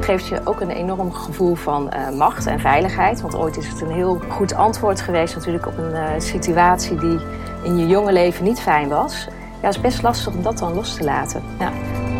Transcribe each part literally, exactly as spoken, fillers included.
geeft je ook een enorm gevoel van uh, macht en veiligheid. Want ooit is het een heel goed antwoord geweest natuurlijk op een uh, situatie die in je jonge leven niet fijn was. Ja, het is best lastig om dat dan los te laten. Ja.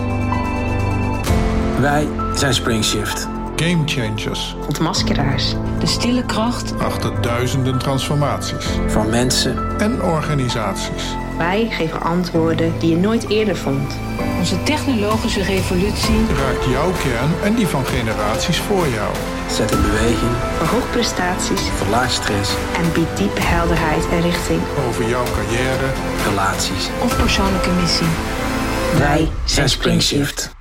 Wij zijn SpringShift. Game changers. Ontmaskeraars. De stille kracht. Achter duizenden transformaties. Van mensen. En organisaties. Wij geven antwoorden die je nooit eerder vond. Onze technologische revolutie raakt jouw kern en die van generaties voor jou. Zet in beweging. Verhoogt prestaties. Verlaagt stress. En biedt diepe helderheid en richting. Over jouw carrière. Relaties. Of persoonlijke missie. Wij zijn SpringShift.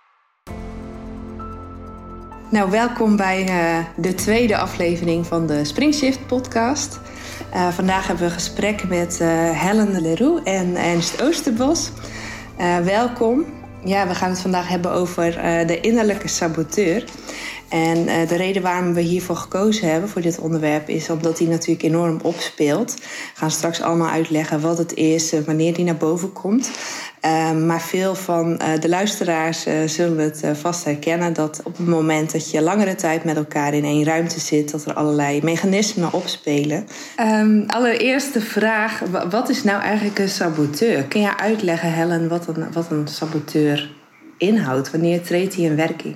Nou, welkom bij uh, de tweede aflevering van de SpringShift podcast. Uh, vandaag hebben we een gesprek met uh, Helen Leroux en Ernst Oosterbos. Uh, welkom. Ja, we gaan het vandaag hebben over uh, de innerlijke saboteur. En uh, de reden waarom we hiervoor gekozen hebben voor dit onderwerp is omdat die natuurlijk enorm opspeelt. We gaan straks allemaal uitleggen wat het is, uh, wanneer die naar boven komt. Uh, maar veel van uh, de luisteraars uh, zullen het uh, vast herkennen dat op het moment dat je langere tijd met elkaar in één ruimte zit, dat er allerlei mechanismen opspelen. Um, allereerst de vraag, wat is nou eigenlijk een saboteur? Kun je uitleggen, Helen, wat een, wat een saboteur inhoudt? Wanneer treedt hij in werking?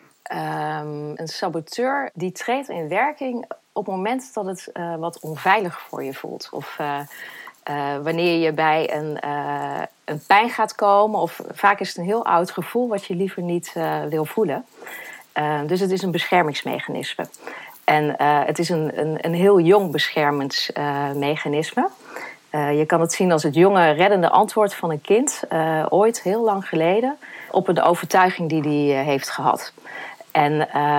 Um, een saboteur die treedt in werking op het moment dat het uh, wat onveilig voor je voelt. Of uh, uh, wanneer je bij een, uh, een pijn gaat komen. Of vaak is het een heel oud gevoel wat je liever niet uh, wil voelen. Uh, dus het is een beschermingsmechanisme. En uh, het is een, een, een heel jong beschermend uh, mechanisme. Uh, je kan het zien als het jonge reddende antwoord van een kind. Uh, ooit, heel lang geleden. Op een overtuiging die hij uh, heeft gehad. En,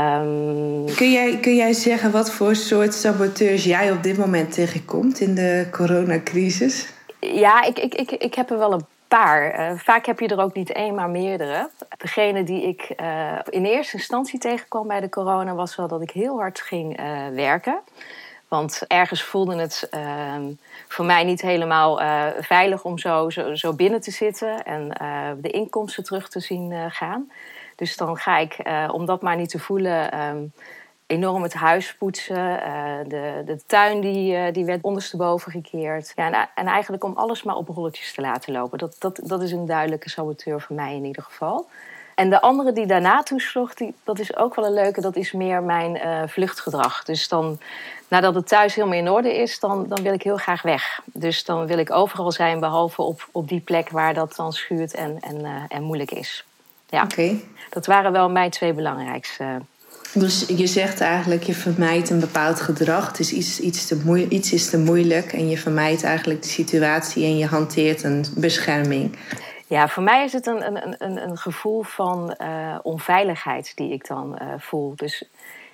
um... kun, jij, kun jij zeggen wat voor soort saboteurs jij op dit moment tegenkomt in de coronacrisis? Ja, ik, ik, ik, ik heb er wel een paar. Uh, vaak heb je er ook niet één, maar meerdere. Degene die ik uh, in eerste instantie tegenkwam bij de corona was wel dat ik heel hard ging uh, werken. Want ergens voelde het uh, voor mij niet helemaal uh, veilig om zo, zo, zo binnen te zitten en uh, de inkomsten terug te zien uh, gaan. Dus dan ga ik, uh, om dat maar niet te voelen, um, enorm het huis poetsen. Uh, de, de tuin die, uh, die werd ondersteboven gekeerd. Ja, en, en eigenlijk om alles maar op rolletjes te laten lopen. Dat, dat, dat is een duidelijke saboteur voor mij in ieder geval. En de andere die daarna toesloeg, die, dat is ook wel een leuke. Dat is meer mijn uh, vluchtgedrag. Dus dan, nadat het thuis helemaal in orde is, dan, dan wil ik heel graag weg. Dus dan wil ik overal zijn, behalve op, op die plek waar dat dan schuurt en, en, uh, en moeilijk is. Ja, okay. Dat waren wel mijn twee belangrijkste. Dus je zegt eigenlijk, je vermijdt een bepaald gedrag. Het is iets, iets, te moe- iets is te moeilijk en je vermijdt eigenlijk de situatie en je hanteert een bescherming. Ja, voor mij is het een, een, een, een gevoel van uh, onveiligheid die ik dan uh, voel. Dus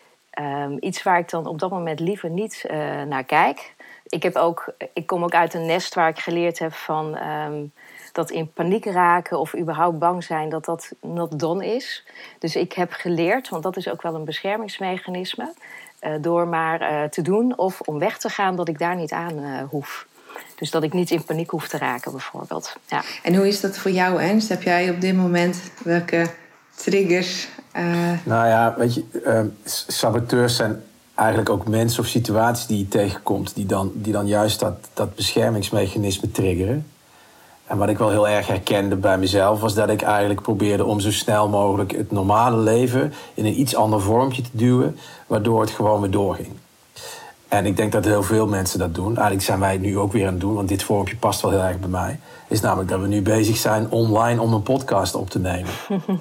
um, iets waar ik dan op dat moment liever niet uh, naar kijk. Ik, heb ook, ik kom ook uit een nest waar ik geleerd heb van Um, dat in paniek raken of überhaupt bang zijn, dat dat not done is. Dus ik heb geleerd, want dat is ook wel een beschermingsmechanisme, Uh, door maar uh, te doen of om weg te gaan, dat ik daar niet aan uh, hoef. Dus dat ik niet in paniek hoef te raken, bijvoorbeeld. Ja. En hoe is dat voor jou, Ernst? Heb jij op dit moment welke triggers? Uh... Nou ja, weet je, uh, saboteurs zijn eigenlijk ook mensen of situaties die je tegenkomt, die dan, die dan juist dat, dat beschermingsmechanisme triggeren. En wat ik wel heel erg herkende bij mezelf was dat ik eigenlijk probeerde om zo snel mogelijk het normale leven in een iets ander vormpje te duwen, waardoor het gewoon weer doorging. En ik denk dat heel veel mensen dat doen. Eigenlijk zijn wij het nu ook weer aan het doen, want dit vormpje past wel heel erg bij mij. Is namelijk dat we nu bezig zijn online om een podcast op te nemen.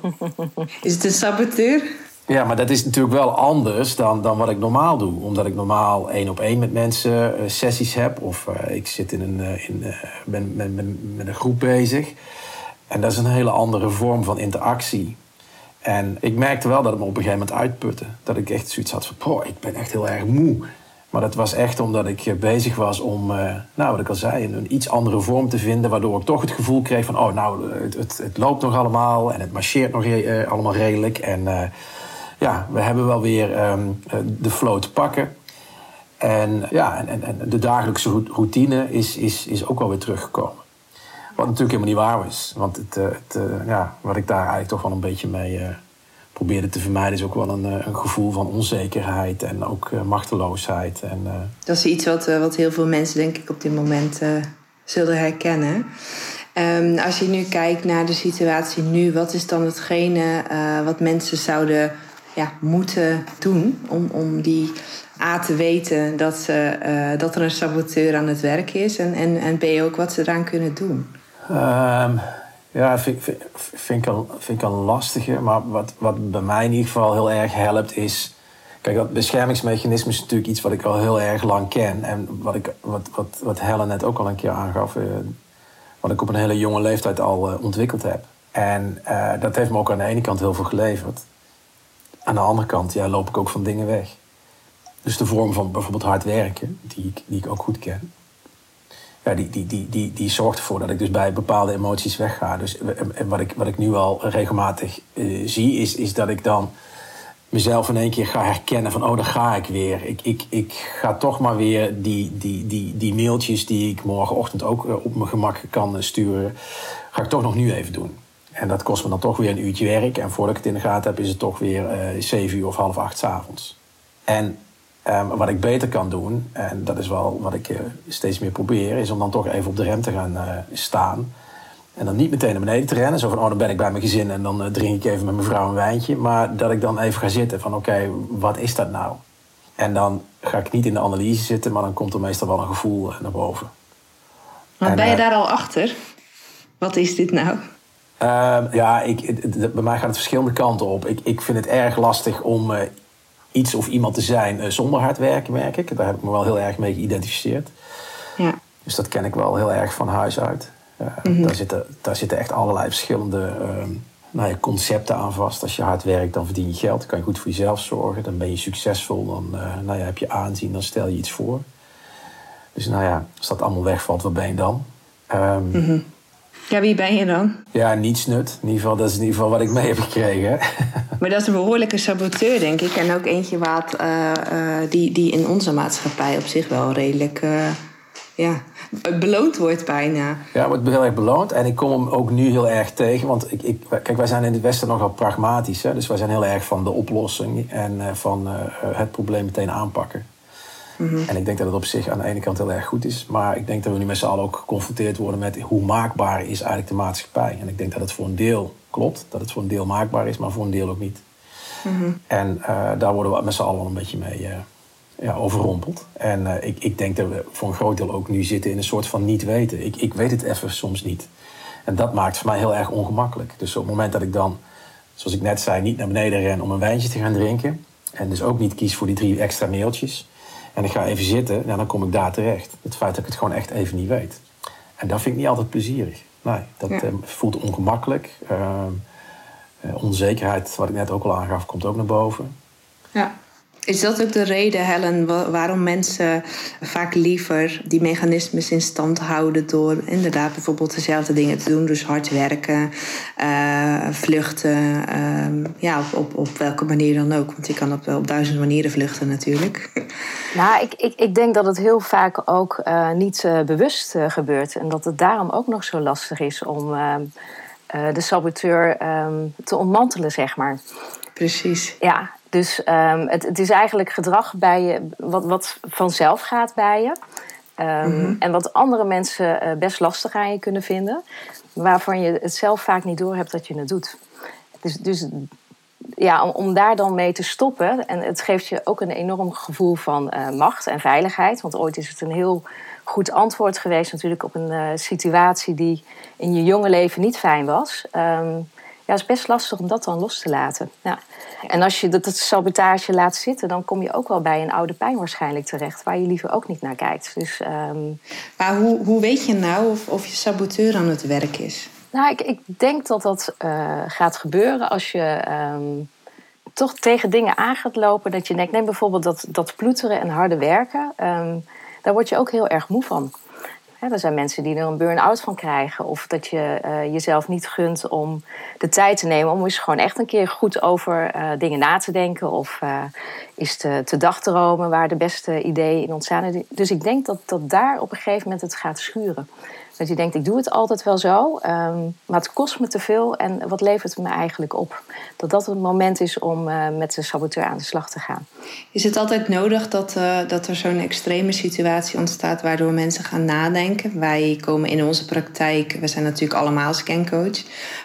Is het een saboteur? Ja, maar dat is natuurlijk wel anders dan, dan wat ik normaal doe. Omdat ik normaal één op één met mensen uh, sessies heb. Of uh, ik zit in een, uh, in, uh, ben, ben, ben met een groep bezig. En dat is een hele andere vorm van interactie. En ik merkte wel dat het me op een gegeven moment uitputte. Dat ik echt zoiets had van, poh, ik ben echt heel erg moe. Maar dat was echt omdat ik uh, bezig was om, uh, nou wat ik al zei, een, een iets andere vorm te vinden. Waardoor ik toch het gevoel kreeg van, oh nou, het, het, het loopt nog allemaal. En het marcheert nog uh, allemaal redelijk. En Uh, Ja, we hebben wel weer um, de flow te pakken. En, ja, en, en de dagelijkse routine is, is, is ook wel weer teruggekomen. Wat natuurlijk helemaal niet waar is. Want het, het, uh, ja, wat ik daar eigenlijk toch wel een beetje mee, uh, probeerde te vermijden, is ook wel een, een gevoel van onzekerheid en ook uh, machteloosheid. En, uh... Dat is iets wat, uh, wat heel veel mensen, denk ik, op dit moment uh, zullen herkennen. Um, als je nu kijkt naar de situatie nu, wat is dan hetgene uh, wat mensen zouden ja, moeten doen om, om die A te weten dat, ze, uh, dat er een saboteur aan het werk is en, en, en B ook wat ze eraan kunnen doen? Um, ja, vind, vind, vind, ik al, vind ik al lastige. Maar wat, wat bij mij in ieder geval heel erg helpt is... Kijk, dat beschermingsmechanisme is natuurlijk iets wat ik al heel erg lang ken. En wat, ik, wat, wat, wat Helen net ook al een keer aangaf... Uh, wat ik op een hele jonge leeftijd al uh, ontwikkeld heb. En uh, dat heeft me ook aan de ene kant heel veel geleverd. Aan de andere kant ja, loop ik ook van dingen weg. Dus de vorm van bijvoorbeeld hard werken, die ik, die ik ook goed ken... Ja, die, die, die, die, die zorgt ervoor dat ik dus bij bepaalde emoties wegga. Dus wat ik, wat ik nu al regelmatig uh, zie, is, is dat ik dan mezelf in één keer ga herkennen van... oh, daar ga ik weer. Ik, ik, ik ga toch maar weer die, die, die, die mailtjes die ik morgenochtend ook uh, op mijn gemak kan uh, sturen... ga ik toch nog nu even doen. En dat kost me dan toch weer een uurtje werk. En voordat ik het in de gaten heb, is het toch weer uh, zeven uur of half acht 's avonds. En... Um, wat ik beter kan doen, en dat is wel wat ik uh, steeds meer probeer... is om dan toch even op de rem te gaan uh, staan. En dan niet meteen naar beneden te rennen. Zo van, oh, dan ben ik bij mijn gezin en dan uh, drink ik even met mijn vrouw een wijntje. Maar dat ik dan even ga zitten van, oké, okay, wat is dat nou? En dan ga ik niet in de analyse zitten, maar dan komt er meestal wel een gevoel uh, naar boven. Maar en, ben je uh, daar al achter? Wat is dit nou? Uh, ja, ik, het, het, bij mij gaat het verschillende kanten op. Ik, ik vind het erg lastig om... Uh, iets of iemand te zijn uh, zonder hard werken, merk ik. Daar heb ik me wel heel erg mee geïdentificeerd. Ja. Dus dat ken ik wel heel erg van huis uit. Uh, mm-hmm. daar, zitten, daar zitten echt allerlei verschillende uh, nou ja, concepten aan vast. Als je hard werkt, dan verdien je geld. Dan kan je goed voor jezelf zorgen. Dan ben je succesvol. Dan uh, nou ja, heb je aanzien. Dan stel je iets voor. Dus nou ja, als dat allemaal wegvalt, wat ben je dan? Um, mm-hmm. Ja, wie ben je dan? Ja, niets nut. In ieder geval, dat is in ieder geval wat ik mee heb gekregen. Maar dat is een behoorlijke saboteur, denk ik. En ook eentje wat, uh, uh, die, die in onze maatschappij op zich wel redelijk uh, ja, beloond wordt bijna. Ja, wordt heel erg beloond. En ik kom hem ook nu heel erg tegen. Want ik, ik, kijk, wij zijn in het Westen nogal pragmatisch. Hè? Dus wij zijn heel erg van de oplossing en uh, van uh, het probleem meteen aanpakken. Mm-hmm. En ik denk dat het op zich aan de ene kant heel erg goed is. Maar ik denk dat we nu met z'n allen ook geconfronteerd worden met hoe maakbaar is eigenlijk de maatschappij. En ik denk dat het voor een deel klopt. Dat het voor een deel maakbaar is, maar voor een deel ook niet. Mm-hmm. En uh, daar worden we met z'n allen wel een beetje mee uh, ja, overrompeld. En uh, ik, ik denk dat we voor een groot deel ook nu zitten in een soort van niet weten. Ik, ik weet het even soms niet. En dat maakt het voor mij heel erg ongemakkelijk. Dus op het moment dat ik dan, zoals ik net zei, niet naar beneden ren om een wijntje te gaan drinken. En dus ook niet kies voor die drie extra mailtjes. En ik ga even zitten, nou, dan kom ik daar terecht. Het feit dat ik het gewoon echt even niet weet. En dat vind ik niet altijd plezierig. Nee, dat ja. uh, voelt ongemakkelijk. Uh, uh, onzekerheid, wat ik net ook al aangaf, komt ook naar boven. Ja. Is dat ook de reden, Helen, waarom mensen vaak liever die mechanismes in stand houden door inderdaad bijvoorbeeld dezelfde dingen te doen, dus hard werken, uh, vluchten, uh, ja, op, op, op welke manier dan ook, want je kan op, op duizend manieren vluchten natuurlijk. Nou, ik, ik, ik denk dat het heel vaak ook uh, niet uh, bewust uh, gebeurt en dat het daarom ook nog zo lastig is om uh, uh, de saboteur um, te ontmantelen, zeg maar. Precies. Ja. Dus um, het, het is eigenlijk gedrag bij je, wat, wat vanzelf gaat bij je. Um, mm-hmm. En wat andere mensen uh, best lastig aan je kunnen vinden. Waarvan je het zelf vaak niet doorhebt dat je het doet. Dus, dus ja, om, om daar dan mee te stoppen. En het geeft je ook een enorm gevoel van uh, macht en veiligheid. Want ooit is het een heel goed antwoord geweest natuurlijk op een uh, situatie die in je jonge leven niet fijn was. Um, Ja, het is best lastig om dat dan los te laten. Ja. En als je dat, dat sabotage laat zitten, dan kom je ook wel bij een oude pijn waarschijnlijk terecht, waar je liever ook niet naar kijkt. Dus, um... Maar hoe, hoe weet je nou of, of je saboteur aan het werk is? Nou, ik, ik denk dat dat uh, gaat gebeuren als je um, toch tegen dingen aan gaat lopen. Dat je denkt, neem bijvoorbeeld dat, dat ploeteren en harde werken. Um, daar word je ook heel erg moe van. Ja, er zijn mensen die er een burn-out van krijgen. Of dat je uh, jezelf niet gunt om de tijd te nemen om eens gewoon echt een keer goed over uh, dingen na te denken. Of uh, eens te, te dagdromen waar de beste ideeën in ontstaan. Dus ik denk dat, dat daar op een gegeven moment het gaat schuren. Dat je denkt, ik doe het altijd wel zo, um, maar het kost me te veel en wat levert het me eigenlijk op? Dat dat het moment is om uh, met de saboteur aan de slag te gaan. Is het altijd nodig dat, uh, dat er zo'n extreme situatie ontstaat waardoor mensen gaan nadenken? Wij komen in onze praktijk, we zijn natuurlijk allemaal scancoach,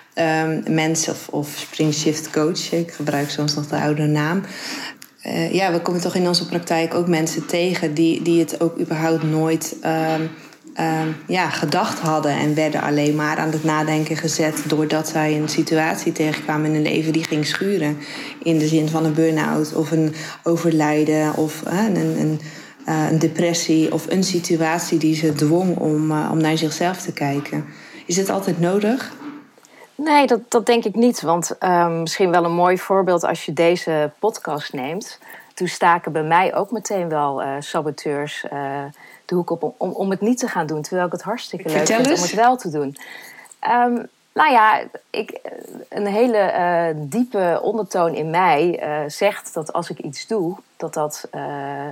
um, mensen of, of spring shift coach, ik gebruik soms nog de oude naam. Uh, ja, we komen toch in onze praktijk ook mensen tegen die, die het ook überhaupt nooit um, um, ja, gedacht hadden en werden alleen maar aan het nadenken gezet doordat zij een situatie tegenkwamen in hun leven die ging schuren. In de zin van een burn-out of een overlijden of uh, een, een, uh, een depressie of een situatie die ze dwong om, uh, om naar zichzelf te kijken. Is het altijd nodig? Nee, dat, dat denk ik niet. Want uh, misschien wel een mooi voorbeeld als je deze podcast neemt. Toen staken bij mij ook meteen wel uh, saboteurs uh, de hoek op om, om, om het niet te gaan doen. Terwijl ik het hartstikke leuk Vertel vind eens. om het wel te doen. Um, nou ja, ik, een hele uh, diepe ondertoon in mij uh, zegt dat als ik iets doe, dat dat uh,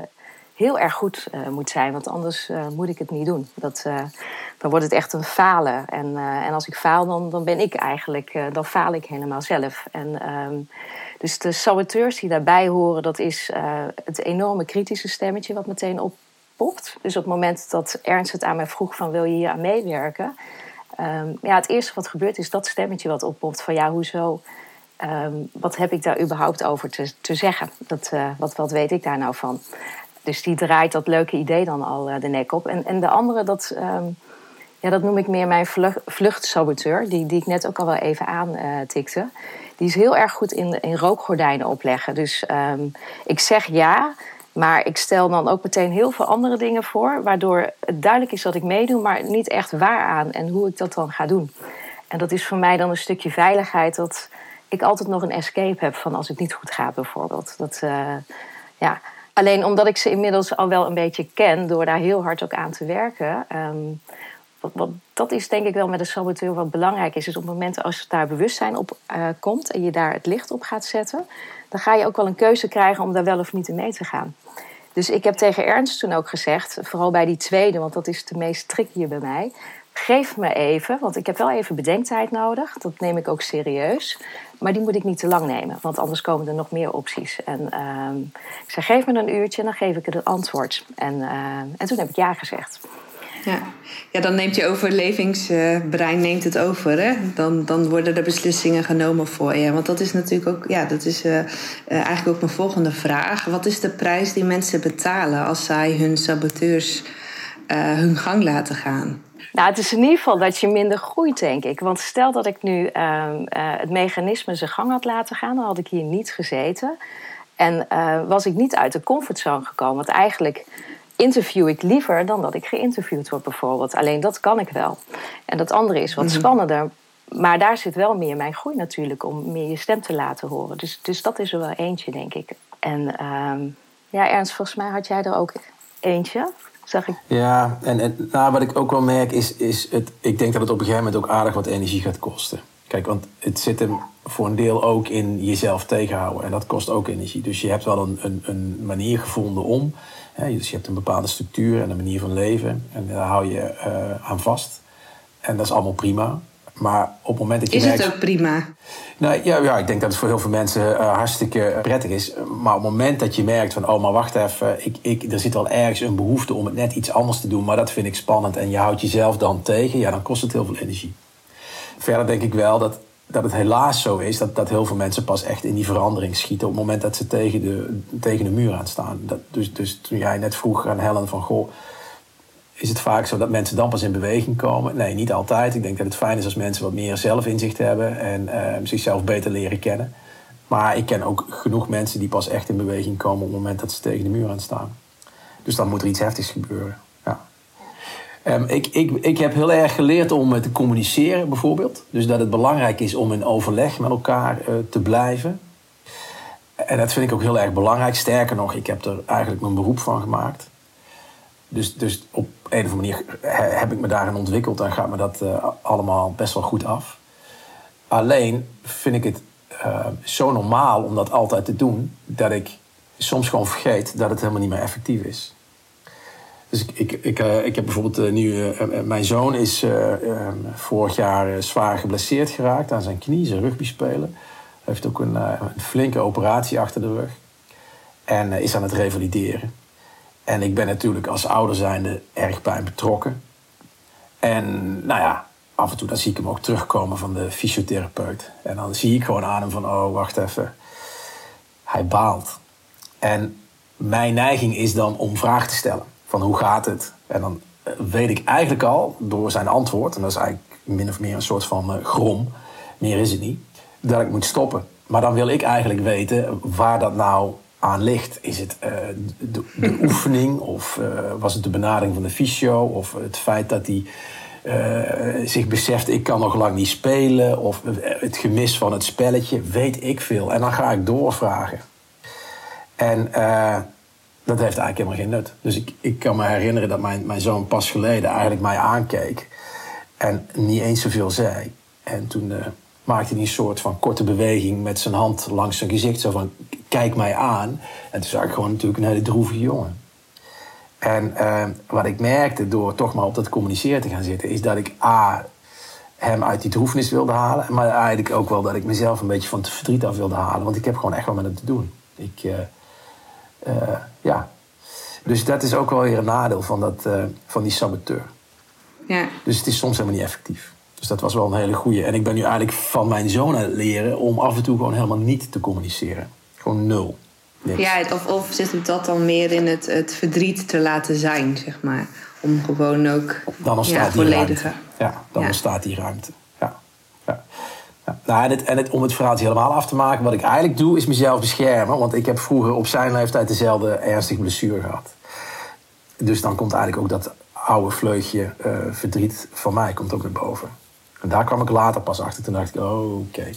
heel erg goed uh, moet zijn. Want anders uh, moet ik het niet doen. Dat, uh, dan wordt het echt een falen. En, uh, en als ik faal, dan, dan ben ik eigenlijk, uh, dan faal ik helemaal zelf. En, um, dus de saboteurs die daarbij horen, dat is uh, het enorme kritische stemmetje wat meteen oppopt. Dus op het moment dat Ernst het aan mij vroeg van wil je hier aan meewerken? Um, ja, het eerste wat gebeurt is dat stemmetje wat oppopt van ja, hoezo? Um, wat heb ik daar überhaupt over te, te zeggen? Dat, uh, wat, wat weet ik daar nou van? Dus die draait dat leuke idee dan al uh, de nek op. En, en de andere, dat, um, ja, dat noem ik meer mijn vlucht, vluchtsaboteur. Die, die ik net ook al wel even aantikte. Uh, die is heel erg goed in, in rookgordijnen opleggen. Dus um, ik zeg ja, maar ik stel dan ook meteen heel veel andere dingen voor. Waardoor het duidelijk is dat ik meedoe, maar niet echt waaraan. En hoe ik dat dan ga doen. En dat is voor mij dan een stukje veiligheid. Dat ik altijd nog een escape heb van als het niet goed gaat bijvoorbeeld. Dat, uh, ja... Alleen omdat ik ze inmiddels al wel een beetje ken, door daar heel hard ook aan te werken. Um, wat, wat, dat is denk ik wel met een saboteur wat belangrijk is. Is op het moment als je daar bewustzijn op uh, komt en je daar het licht op gaat zetten, dan ga je ook wel een keuze krijgen om daar wel of niet in mee te gaan. Dus ik heb tegen Ernst toen ook gezegd, vooral bij die tweede, want dat is de meest tricky bij mij. Geef me even, want ik heb wel even bedenktijd nodig. Dat neem ik ook serieus. Maar die moet ik niet te lang nemen, want anders komen er nog meer opties. En uh, ik zei, geef me een uurtje en dan geef ik het antwoord. En, uh, en toen heb ik ja gezegd. Ja, ja dan neemt je overlevingsbrein uh, neemt het over. Hè? Dan, dan worden er beslissingen genomen voor je. Want dat is natuurlijk ook, ja, dat is uh, uh, eigenlijk ook mijn volgende vraag. Wat is de prijs die mensen betalen als zij hun saboteurs uh, hun gang laten gaan? Nou, het is in ieder geval dat je minder groeit, denk ik. Want stel dat ik nu uh, uh, het mechanisme zijn gang had laten gaan, dan had ik hier niet gezeten. En uh, was ik niet uit de comfortzone gekomen. Want eigenlijk interview ik liever dan dat ik geïnterviewd word, bijvoorbeeld. Alleen dat kan ik wel. En dat andere is wat mm-hmm. spannender. Maar daar zit wel meer mijn groei natuurlijk, om meer je stem te laten horen. Dus, dus dat is er wel eentje, denk ik. En uh, ja, Ernst, volgens mij had jij er ook eentje. Zag ik. Ja, en, en nou, wat ik ook wel merk is, is het, ik denk dat het op een gegeven moment ook aardig wat energie gaat kosten. Kijk, want het zit hem voor een deel ook in jezelf tegenhouden. En dat kost ook energie. Dus je hebt wel een, een, een manier gevonden om. Hè, dus je hebt een bepaalde structuur en een manier van leven. En daar hou je uh, aan vast. En dat is allemaal prima. Maar op het moment dat je is merkt... het ook prima? Nou, ja, ja, ik denk dat het voor heel veel mensen uh, hartstikke prettig is. Maar op het moment dat je merkt van... oh, maar wacht even, ik, ik, er zit wel ergens een behoefte om het net iets anders te doen... maar dat vind ik spannend en je houdt jezelf dan tegen... ja, dan kost het heel veel energie. Verder denk ik wel dat, dat het helaas zo is... Dat, dat heel veel mensen pas echt in die verandering schieten... op het moment dat ze tegen de, tegen de muur aan staan. Dat, dus, dus toen jij net vroeg aan Helen van... goh, is het vaak zo dat mensen dan pas in beweging komen? Nee, niet altijd. Ik denk dat het fijn is als mensen wat meer zelfinzicht hebben... en uh, zichzelf beter leren kennen. Maar ik ken ook genoeg mensen die pas echt in beweging komen... op het moment dat ze tegen de muur aan staan. Dus dan moet er iets heftigs gebeuren. Ja. Um, ik, ik, ik heb heel erg geleerd om te communiceren, bijvoorbeeld. Dus dat het belangrijk is om in overleg met elkaar uh, te blijven. En dat vind ik ook heel erg belangrijk. Sterker nog, ik heb er eigenlijk mijn beroep van gemaakt... Dus, dus op een of andere manier heb ik me daarin ontwikkeld... en gaat me dat uh, allemaal best wel goed af. Alleen vind ik het uh, zo normaal om dat altijd te doen... dat ik soms gewoon vergeet dat het helemaal niet meer effectief is. Dus ik, ik, ik, uh, ik heb bijvoorbeeld uh, nu... Uh, uh, mijn zoon is uh, uh, vorig jaar uh, zwaar geblesseerd geraakt aan zijn knie, zijn rugby spelen. Hij heeft ook een, uh, een flinke operatie achter de rug. En uh, is aan het revalideren. En ik ben natuurlijk als ouder zijnde erg bij hem betrokken. En nou ja, af en toe dan zie ik hem ook terugkomen van de fysiotherapeut. En dan zie ik gewoon aan hem van, oh, wacht even. Hij baalt. En mijn neiging is dan om vragen te stellen. Van hoe gaat het? En dan weet ik eigenlijk al, door zijn antwoord... en dat is eigenlijk min of meer een soort van uh, grom... meer is het niet, dat ik moet stoppen. Maar dan wil ik eigenlijk weten waar dat nou aan ligt. Is het uh, de, de oefening of uh, was het de benadering van de fysio... of het feit dat hij uh, zich beseft, ik kan nog lang niet spelen... of het gemis van het spelletje, weet ik veel. En dan ga ik doorvragen. En... Uh, Dat heeft eigenlijk helemaal geen nut. Dus ik, ik kan me herinneren dat mijn, mijn zoon pas geleden eigenlijk mij aankeek. En niet eens zoveel zei. En toen uh, maakte hij een soort van korte beweging met zijn hand langs zijn gezicht. Zo van, kijk mij aan. En toen zag ik gewoon natuurlijk een hele droevige jongen. En uh, wat ik merkte door toch maar op dat communiceren te gaan zitten... is dat ik A, hem uit die droefenis wilde halen. Maar eigenlijk ook wel dat ik mezelf een beetje van het verdriet af wilde halen. Want ik heb gewoon echt wel met hem te doen. Ik... Uh, Uh, ja, dus dat is ook wel weer een nadeel van, dat, uh, van die saboteur. Ja. Dus het is soms helemaal niet effectief. Dus dat was wel een hele goeie. En ik ben nu eigenlijk van mijn zoon aan het leren om af en toe gewoon helemaal niet te communiceren. Gewoon nul. Niks. Ja, of, of zit het dat dan meer in het, het verdriet te laten zijn, zeg maar? Om gewoon ook dan ontstaat ja, die volledige... ruimte. Ja, dan ja. ontstaat die ruimte. Ja, ja. Ja. Nou, en het, en het, om het verhaaltje helemaal af te maken, wat ik eigenlijk doe, is mezelf beschermen. Want ik heb vroeger op zijn leeftijd dezelfde ernstige blessure gehad. Dus dan komt eigenlijk ook dat oude vleugje uh, verdriet van mij komt ook naar boven. En daar kwam ik later pas achter. Toen dacht ik, oh, oké. Okay.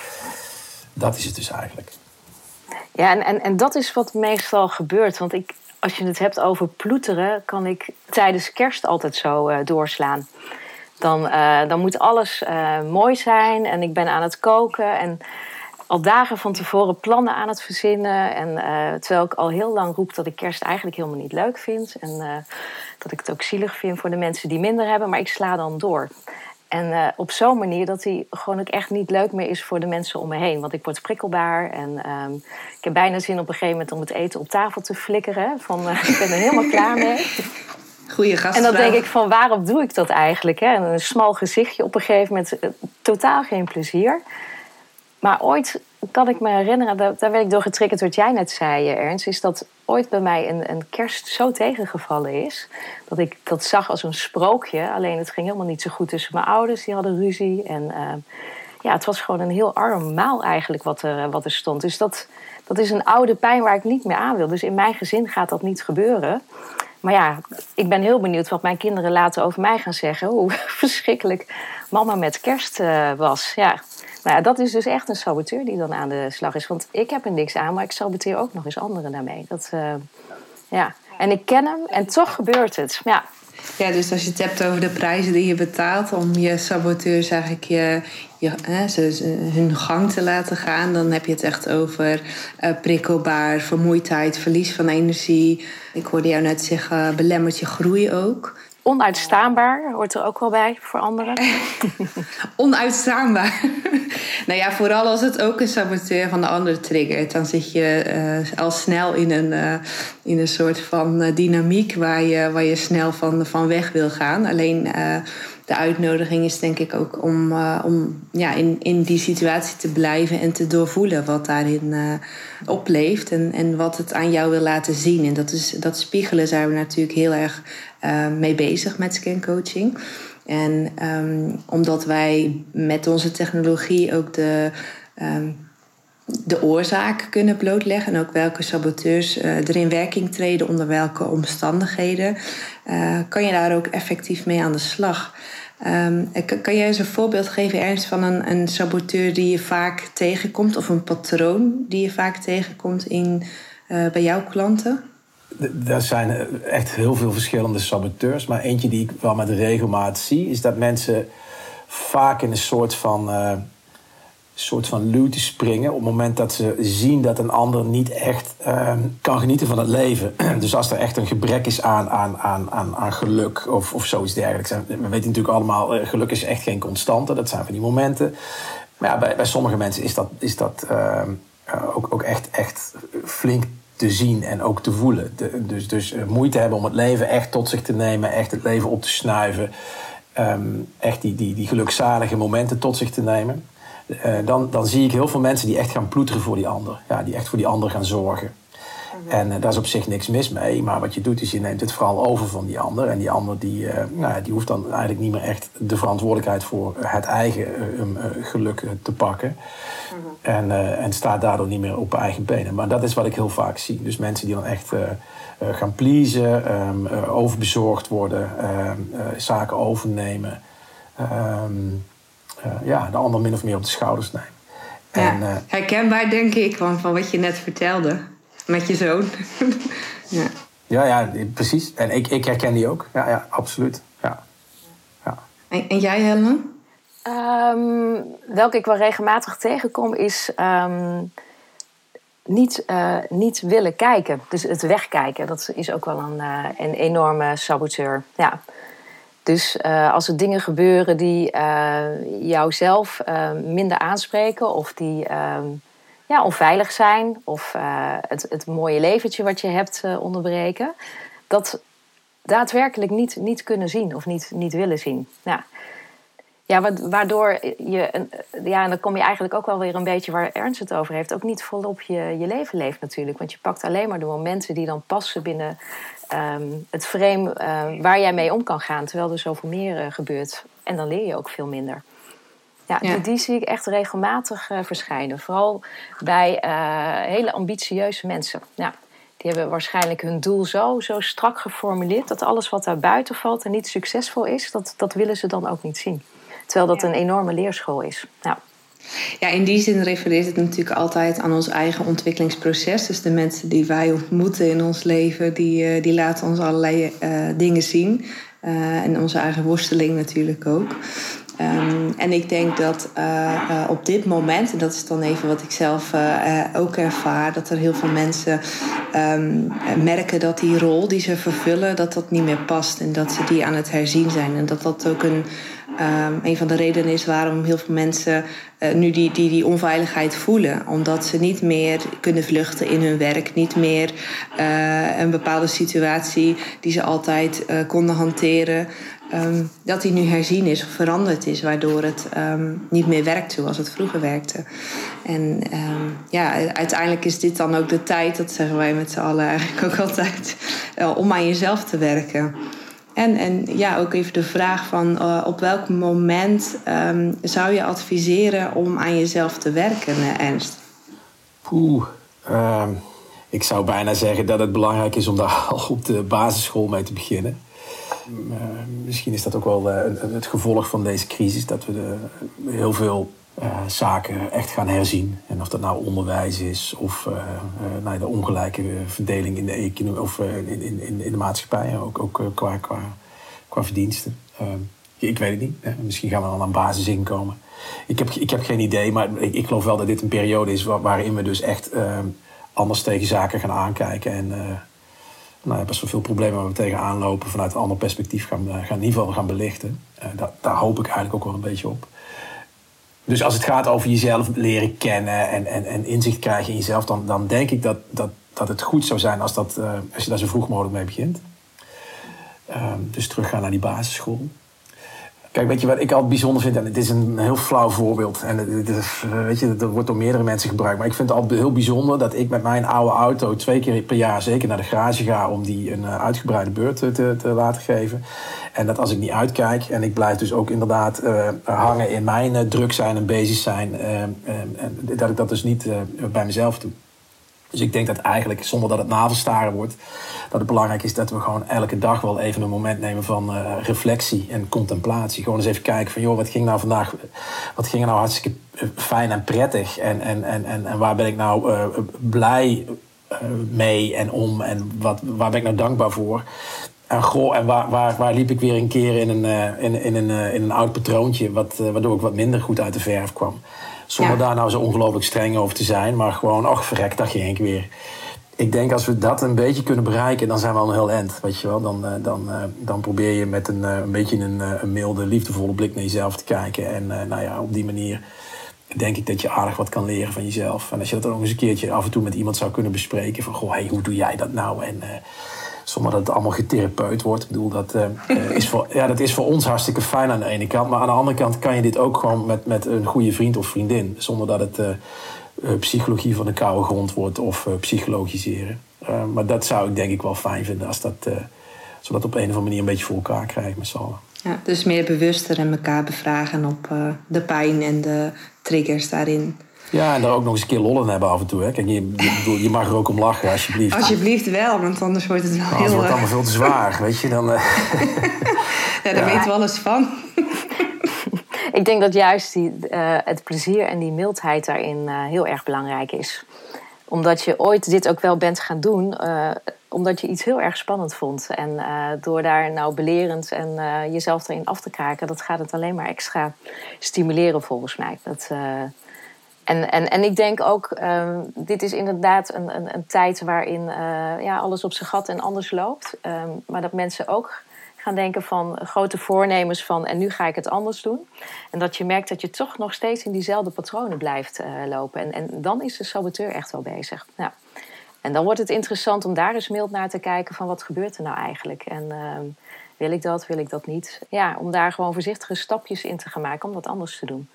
Dat is het dus eigenlijk. Ja, en, en, en dat is wat meestal gebeurt. Want ik, als je het hebt over ploeteren, kan ik tijdens kerst altijd zo uh, doorslaan. Dan, uh, dan moet alles uh, mooi zijn en ik ben aan het koken en al dagen van tevoren plannen aan het verzinnen. En, uh, terwijl ik al heel lang roep dat ik kerst eigenlijk helemaal niet leuk vind. En uh, dat ik het ook zielig vind voor de mensen die minder hebben, maar ik sla dan door. En uh, op zo'n manier dat die gewoon ook echt niet leuk meer is voor de mensen om me heen. Want ik word prikkelbaar en um, ik heb bijna zin op een gegeven moment om het eten op tafel te flikkeren. Van, uh, ik ben er helemaal klaar mee. Goeie gastvrouw. En dan denk ik van, waarom doe ik dat eigenlijk? Hè? En een smal gezichtje op een gegeven moment, uh, totaal geen plezier. Maar ooit kan ik me herinneren, daar, daar werd ik door getriggerd wat jij net zei, Ernst, is dat ooit bij mij een, een kerst zo tegengevallen is, dat ik dat zag als een sprookje. Alleen het ging helemaal niet zo goed tussen mijn ouders, die hadden ruzie. En uh, ja, het was gewoon een heel arm maal eigenlijk wat er, wat er stond. Dus dat, dat is een oude pijn waar ik niet meer aan wil. Dus in mijn gezin gaat dat niet gebeuren. Maar ja, ik ben heel benieuwd wat mijn kinderen later over mij gaan zeggen. Hoe verschrikkelijk mama met kerst uh, was. Ja. Nou ja, dat is dus echt een saboteur die dan aan de slag is. Want ik heb er niks aan, maar ik saboteer ook nog eens anderen daarmee. Dat, uh, ja. En ik ken hem en toch gebeurt het. Ja. Ja, dus als je het hebt over de prijzen die je betaalt om je saboteurs eigenlijk je, je, hè, ze, ze, hun gang te laten gaan, dan heb je het echt over uh, prikkelbaar, vermoeidheid, verlies van energie. Ik hoorde jou net zeggen, belemmert je groei ook. Onuitstaanbaar hoort er ook wel bij voor anderen. Onuitstaanbaar. Nou ja, vooral als het ook een saboteur van de ander triggert. Dan zit je uh, al snel in een, uh, in een soort van uh, dynamiek waar je, waar je snel van, van weg wil gaan. Alleen uh, de uitnodiging is denk ik ook om, uh, om ja, in, in die situatie te blijven en te doorvoelen wat daarin uh, opleeft. En, en wat het aan jou wil laten zien. En dat, is, dat spiegelen zijn we natuurlijk heel erg uh, mee bezig met scancoaching. En um, omdat wij met onze technologie ook de, um, de oorzaak kunnen blootleggen. En ook welke saboteurs uh, er in werking treden, onder welke omstandigheden. Uh, kan je daar ook effectief mee aan de slag. Um, kan jij eens een voorbeeld geven, Ernst, van een, een saboteur die je vaak tegenkomt? Of een patroon die je vaak tegenkomt in, uh, bij jouw klanten? Er zijn echt heel veel verschillende saboteurs. Maar eentje die ik wel met regelmaat zie, is dat mensen vaak in een soort van uh, soort van luw te springen op het moment dat ze zien dat een ander niet echt uh, kan genieten van het leven. Dus als er echt een gebrek is aan, aan, aan, aan, aan geluk of, of zoiets dergelijks. We weten natuurlijk allemaal, uh, geluk is echt geen constante. Dat zijn van die momenten. Maar ja, bij, bij sommige mensen is dat, is dat uh, uh, ook, ook echt, echt flink te zien en ook te voelen. De, dus dus uh, moeite hebben om het leven echt tot zich te nemen, echt het leven op te snuiven. Um, echt die, die, die gelukzalige momenten tot zich te nemen. Uh, dan, dan zie ik heel veel mensen die echt gaan ploeteren voor die ander. Ja, die echt voor die ander gaan zorgen. Mm-hmm. En uh, daar is op zich niks mis mee. Maar wat je doet is je neemt het vooral over van die ander. En die ander die, uh, nou, die hoeft dan eigenlijk niet meer echt de verantwoordelijkheid voor het eigen uh, uh, geluk uh, te pakken. Mm-hmm. En, uh, en staat daardoor niet meer op eigen benen. Maar dat is wat ik heel vaak zie. Dus mensen die dan echt uh, uh, gaan pleasen, um, uh, overbezorgd worden, uh, uh, zaken overnemen. Um, Uh, ja, de ander min of meer op de schouders nemen. Ja, en, uh, herkenbaar denk ik van, van wat je net vertelde met je zoon. ja. ja, ja, precies. En ik, ik herken die ook. Ja, ja, absoluut. Ja. Ja. En, en jij, Helen? Um, welke ik wel regelmatig tegenkom is um, niet, uh, niet willen kijken. Dus het wegkijken, dat is ook wel een, uh, een enorme saboteur. Ja. Dus uh, als er dingen gebeuren die uh, jou zelf uh, minder aanspreken of die uh, ja, onveilig zijn of uh, het, het mooie leventje wat je hebt uh, onderbreken, dat daadwerkelijk niet, niet kunnen zien of niet, niet willen zien. Ja. Ja, waardoor je, ja, en dan kom je eigenlijk ook wel weer een beetje waar Ernst het over heeft, ook niet volop je, je leven leeft natuurlijk. Want je pakt alleen maar de momenten die dan passen binnen um, het frame uh, waar jij mee om kan gaan, terwijl er zoveel meer uh, gebeurt. En dan leer je ook veel minder. Ja, ja. Die, die zie ik echt regelmatig uh, verschijnen. Vooral bij uh, hele ambitieuze mensen. Ja, die hebben waarschijnlijk hun doel zo, zo strak geformuleerd dat alles wat daar buiten valt en niet succesvol is, dat, dat willen ze dan ook niet zien. Terwijl dat een enorme leerschool is. Ja. Ja, in die zin refereert het natuurlijk altijd aan ons eigen ontwikkelingsproces. Dus de mensen die wij ontmoeten in ons leven, die, uh, die laten ons allerlei uh, dingen zien. Uh, en onze eigen worsteling natuurlijk ook. Um, en ik denk dat uh, uh, op dit moment, en dat is dan even wat ik zelf uh, uh, ook ervaar, dat er heel veel mensen um, merken dat die rol die ze vervullen, dat dat niet meer past. En dat ze die aan het herzien zijn. En dat dat ook een, um, een van de redenen is waarom heel veel mensen uh, nu die, die, die onveiligheid voelen. Omdat ze niet meer kunnen vluchten in hun werk. Niet meer uh, een bepaalde situatie die ze altijd uh, konden hanteren. Um, dat die nu herzien is of veranderd is, waardoor het um, niet meer werkt zoals het vroeger werkte. En um, ja, uiteindelijk is dit dan ook de tijd, dat zeggen wij met z'n allen eigenlijk ook altijd, uh, om aan jezelf te werken. En, en ja, ook even de vraag van uh, op welk moment um, zou je adviseren om aan jezelf te werken, uh, Ernst? Poeh, uh, ik zou bijna zeggen dat het belangrijk is om daar al op de basisschool mee te beginnen. Uh, misschien is dat ook wel uh, het gevolg van deze crisis, dat we de, heel veel uh, zaken echt gaan herzien. En of dat nou onderwijs is of uh, uh, nou, de ongelijke verdeling in de economie of uh, in, in, in de maatschappij, ook, ook uh, qua, qua, qua verdiensten. Uh, ik weet het niet. Hè. Misschien gaan we dan aan basisinkomen. Ik heb, ik heb geen idee, maar ik, ik geloof wel dat dit een periode is waar, waarin we dus echt uh, anders tegen zaken gaan aankijken en uh, nou ja, best wel veel problemen waar we tegenaan lopen vanuit een ander perspectief gaan, gaan in ieder geval gaan belichten. Uh, daar, daar hoop ik eigenlijk ook wel een beetje op. Dus als het gaat over jezelf leren kennen en, en, en inzicht krijgen in jezelf, dan, dan denk ik dat, dat, dat het goed zou zijn als, dat, uh, als je daar zo vroeg mogelijk mee begint. Uh, dus teruggaan naar die basisschool. Kijk, weet je wat ik altijd bijzonder vind? En het is een heel flauw voorbeeld. En het is, weet je, dat wordt door meerdere mensen gebruikt. Maar ik vind het altijd heel bijzonder dat ik met mijn oude auto twee keer per jaar zeker naar de garage ga om die een uitgebreide beurt te, te laten geven. En dat als ik niet uitkijk en ik blijf dus ook inderdaad uh, hangen in mijn uh, druk zijn en bezig zijn, uh, uh, en dat ik dat dus niet uh, bij mezelf doe. Dus ik denk dat eigenlijk, zonder dat het navelstaren wordt, dat het belangrijk is dat we gewoon elke dag wel even een moment nemen van uh, reflectie en contemplatie. Gewoon eens even kijken van, joh, wat ging nou vandaag, wat ging er nou hartstikke fijn en prettig en, en, en, en, en waar ben ik nou uh, blij uh, mee en om en wat, waar ben ik nou dankbaar voor? En goh, en waar, waar, waar liep ik weer een keer in een, uh, in, in een, uh, in een oud patroontje, wat, uh, waardoor ik wat minder goed uit de verf kwam. Zonder Ja. daar nou zo ongelooflijk streng over te zijn. Maar gewoon, ach verrek, dag je één keer weer. Ik denk als we dat een beetje kunnen bereiken, dan zijn we al een heel eind. Weet je wel? Dan, uh, dan, uh, dan probeer je met een, uh, een beetje een, uh, een milde, liefdevolle blik naar jezelf te kijken. En uh, nou ja, op die manier denk ik dat je aardig wat kan leren van jezelf. En als je dat dan ook eens een keertje af en toe met iemand zou kunnen bespreken. Van, goh, hey, hoe doe jij dat nou? En uh, zonder dat het allemaal getherapeut wordt. Ik bedoel, dat, uh, uh, is voor, ja, dat is voor ons hartstikke fijn aan de ene kant. Maar aan de andere kant kan je dit ook gewoon met, met een goede vriend of vriendin. Zonder dat het uh, uh, psychologie van de koude grond wordt of uh, psychologiseren. Uh, maar dat zou ik denk ik wel fijn vinden als dat, uh, als we dat op een of andere manier een beetje voor elkaar krijgen met z'n allen. Ja, dus meer bewuster en elkaar bevragen op uh, de pijn en de triggers daarin. Ja, en daar ook nog eens een keer lol in hebben af en toe. Hè. Kijk, je, je, je mag er ook om lachen, alsjeblieft. Alsjeblieft wel, want anders wordt het wel Anders heel... wordt het allemaal veel te zwaar, weet je. Dan, uh... ja, daar ja. weten we alles van. Ik denk dat juist die, uh, het plezier en die mildheid daarin uh, heel erg belangrijk is. Omdat je ooit dit ook wel bent gaan doen, uh, omdat je iets heel erg spannend vond. En uh, door daar nou belerend en uh, jezelf erin af te kraken, dat gaat het alleen maar extra stimuleren volgens mij. Dat, uh, en, en, en ik denk ook, uh, dit is inderdaad een, een, een tijd waarin uh, ja, alles op zijn gat en anders loopt. Uh, maar dat mensen ook gaan denken van grote voornemens van en nu ga ik het anders doen. En dat je merkt dat je toch nog steeds in diezelfde patronen blijft uh, lopen. En, en dan is de saboteur echt wel bezig. Nou, en dan wordt het interessant om daar eens mild naar te kijken van wat gebeurt er nou eigenlijk. En uh, wil ik dat, wil ik dat niet? Ja, om daar gewoon voorzichtige stapjes in te gaan maken om dat anders te doen.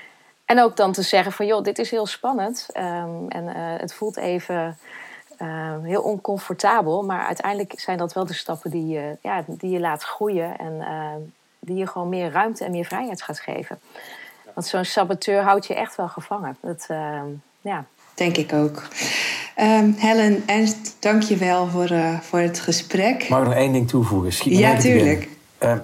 En ook dan te zeggen van joh, dit is heel spannend. Um, en uh, het voelt even uh, heel oncomfortabel. Maar uiteindelijk zijn dat wel de stappen die je, ja, die je laat groeien. En uh, die je gewoon meer ruimte en meer vrijheid gaat geven. Want zo'n saboteur houdt je echt wel gevangen. Dat, uh, ja. Denk ik ook. Um, Helen, Ernst, dank je wel voor, uh, voor het gesprek. Mag ik nog één ding toevoegen? Schiet me ja, tuurlijk. Uh,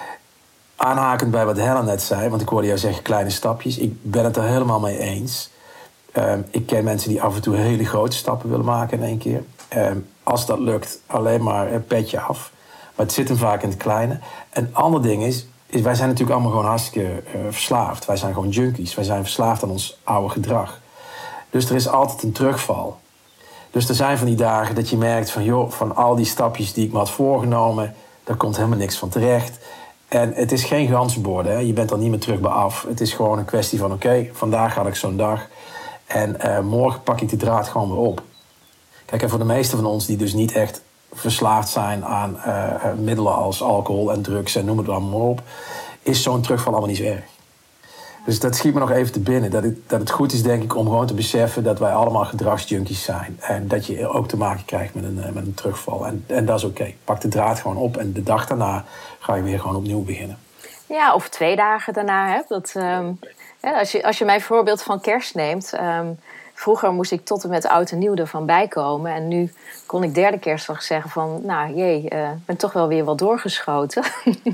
aanhakend bij wat Helen net zei, want ik hoorde jou zeggen kleine stapjes. Ik ben het er helemaal mee eens. Um, ik ken mensen die af en toe hele grote stappen willen maken in één keer. Um, als dat lukt, alleen maar een petje af. Maar het zit hem vaak in het kleine. Een ander ding is, is wij zijn natuurlijk allemaal gewoon hartstikke uh, verslaafd. Wij zijn gewoon junkies. Wij zijn verslaafd aan ons oude gedrag. Dus er is altijd een terugval. Dus er zijn van die dagen dat je merkt van joh, van al die stapjes die ik me had voorgenomen, daar komt helemaal niks van terecht. En het is geen gansborden, hè. Je bent er niet meer terug bij af. Het is gewoon een kwestie van oké, okay, vandaag had ik zo'n dag. En uh, morgen pak ik die draad gewoon weer op. Kijk, en voor de meesten van ons die dus niet echt verslaafd zijn aan uh, middelen als alcohol en drugs en noem het allemaal maar op, is zo'n terugval allemaal niet zo erg. Dus dat schiet me nog even te binnen. Dat het, dat het goed is, denk ik, om gewoon te beseffen dat wij allemaal gedragsjunkies zijn. En dat je ook te maken krijgt met een, met een terugval. En, en dat is oké. Okay. Pak de draad gewoon op en de dag daarna ga je weer gewoon opnieuw beginnen. Ja, of twee dagen daarna. Hè? Dat, um, ja, als, je, als je mijn voorbeeld van kerst neemt. Um, vroeger moest ik tot en met oud en nieuw ervan bijkomen. En nu kon ik derde kerstdag zeggen van, nou jee, ik uh, ben toch wel weer wat doorgeschoten.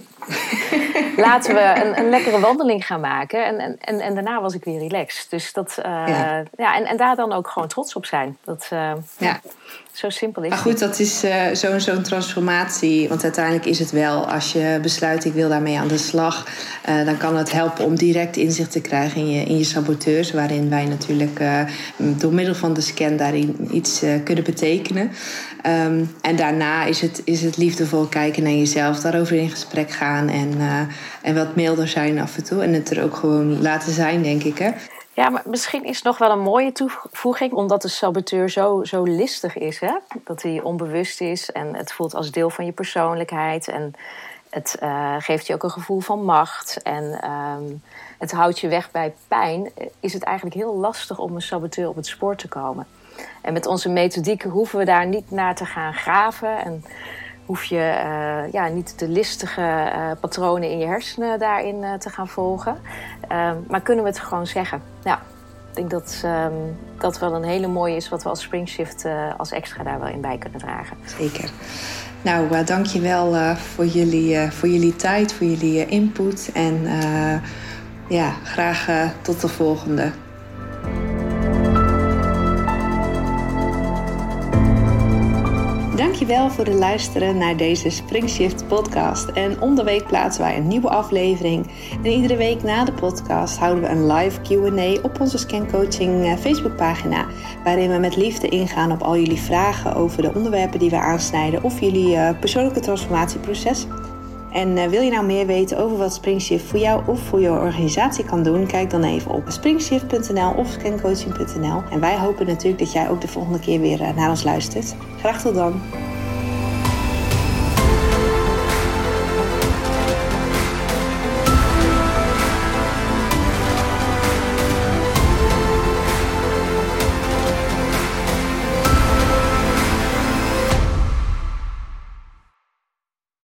Laten we een, een lekkere wandeling gaan maken. En, en, en, en daarna was ik weer relaxed. Dus dat, uh, ja. Ja, en, en daar dan ook gewoon trots op zijn. Dat, uh, ja. Zo simpel is het. Maar goed, dat is uh, zo'n, zo'n transformatie. Want uiteindelijk is het wel, als je besluit ik wil daarmee aan de slag, Uh, dan kan het helpen om direct inzicht te krijgen in je, in je saboteurs. Waarin wij natuurlijk uh, door middel van de scan daarin iets uh, kunnen betekenen. Um, en daarna is het, is het liefdevol kijken naar jezelf. Daarover in gesprek gaan. En, uh, en wat milder zijn af en toe. En het er ook gewoon laten zijn, denk ik. Hè? Ja, maar misschien is het nog wel een mooie toevoeging, omdat de saboteur zo, zo listig is. Hè? Dat hij onbewust is en het voelt als deel van je persoonlijkheid. En het uh, geeft je ook een gevoel van macht. En um, het houdt je weg bij pijn. Is het eigenlijk heel lastig om een saboteur op het spoor te komen. En met onze methodieken hoeven we daar niet naar te gaan graven. En hoef je uh, ja, niet de listige uh, patronen in je hersenen daarin uh, te gaan volgen. Uh, maar kunnen we het gewoon zeggen. Ja, ik denk dat um, dat wel een hele mooie is wat we als SpringShift uh, als extra daar wel in bij kunnen dragen. Zeker. Nou, uh, dank je wel uh, voor, jullie, uh, voor jullie tijd, voor jullie uh, input. En uh, ja, graag uh, tot de volgende. Dank je Dankjewel voor het luisteren naar deze SpringShift podcast. En om de week plaatsen wij een nieuwe aflevering. En iedere week na de podcast houden we een live Q en A op onze ScanCoaching Facebookpagina. Waarin we met liefde ingaan op al jullie vragen over de onderwerpen die we aansnijden of jullie uh, persoonlijke transformatieproces. En uh, wil je nou meer weten over wat SpringShift voor jou of voor je organisatie kan doen? Kijk dan even op springshift punt n l of scancoaching punt n l. En wij hopen natuurlijk dat jij ook de volgende keer weer uh, naar ons luistert. Graag tot dan!